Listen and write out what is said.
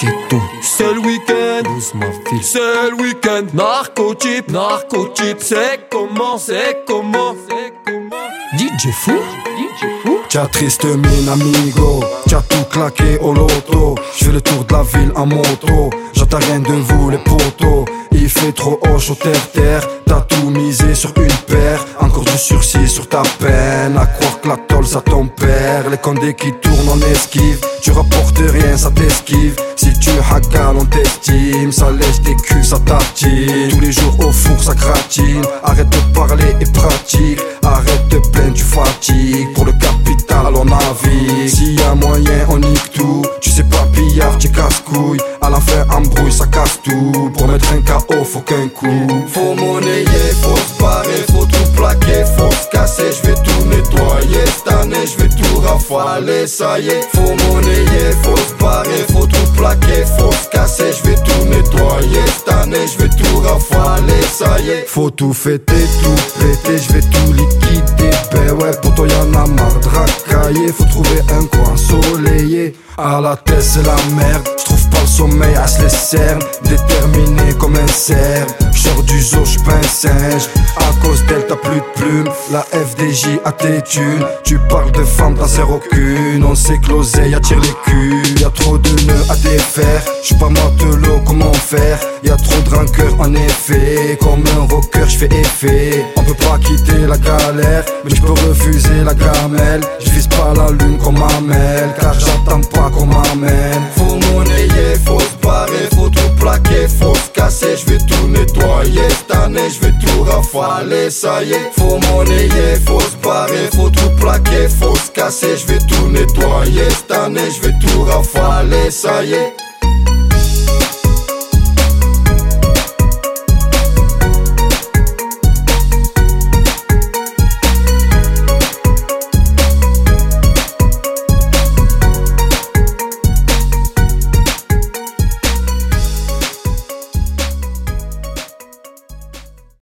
Ghetto, c'est le week-end, douce ma fille. c'est le week-end. Narcotype, narcotype, c'est comment, DJ Fou, T'as triste mine amigo, t'as tout claqué au loto. J'fais le tour de la ville en moto, j'attends rien de vous les potos. Il fait trop haut sur terre, t'as tout misé sur une paire. Encore du sursis sur ta peine, à croire que la tôle ça ton père. Les condés qui tournent en esquive, tu rapportes rien ça t'esquive. Si tu hackales on t'estime, ça lèche tes culs ça tartine. Tous les jours au four ça gratine, arrête de parler et pratique. Arrête de plaindre tu fatigues, pour le capital on navigue. S'il y a moyen on nique tout, tu sais pas pillard tu casse-couille. À la fin embrouille ça casse tout, pour mettre un KO faut qu'un coup. Faut monnayer, faut se barrer, faut tout plaquer, faut se casser. J'vais tout nettoyer, cette année j'vais tout rafaler, ça y est. Faut monnayer, faut se barrer, faut tout plaquer, faut se casser. J'vais tout nettoyer, cette année j'vais tout rafaler, ça y est. Faut tout fêter, tout péter, j'vais tout liquider. Ben ouais, pour toi y'en a marre de racailler, faut trouver un coin ensoleillé. À la tête c'est la merde, j'trouve pas le sommeil à se les cernes. Déterminé comme un cerf, j'sors du zoo, j'suis pas un singe. À cause d'elle t'as plus de plumes, la FDJ a tes thunes. Tu parles de femmes, t'en sers aucune. On sait que l'oseille attire les culs. Y'a trop de nœuds à défaire, j'suis pas matelot, comment faire? Y'a trop de rancœur en effet, comme un rocker j'fais effet. On peut pas quitter la galère, mais j'peux refuser la gamelle. J'vise pas la lune qu'on m'amène, car j'attends pas qu'on m'amène. Faut monnayer, faut se barrer, faut tout plaquer, faut se casser. J'vais tout nettoyer, cette année j'vais tout rafaler, ça y est. Faut monnayer, faut se barrer, faut tout plaquer, faut se casser. J'vais tout nettoyer, cette année j'vais tout rafaler, ça y est.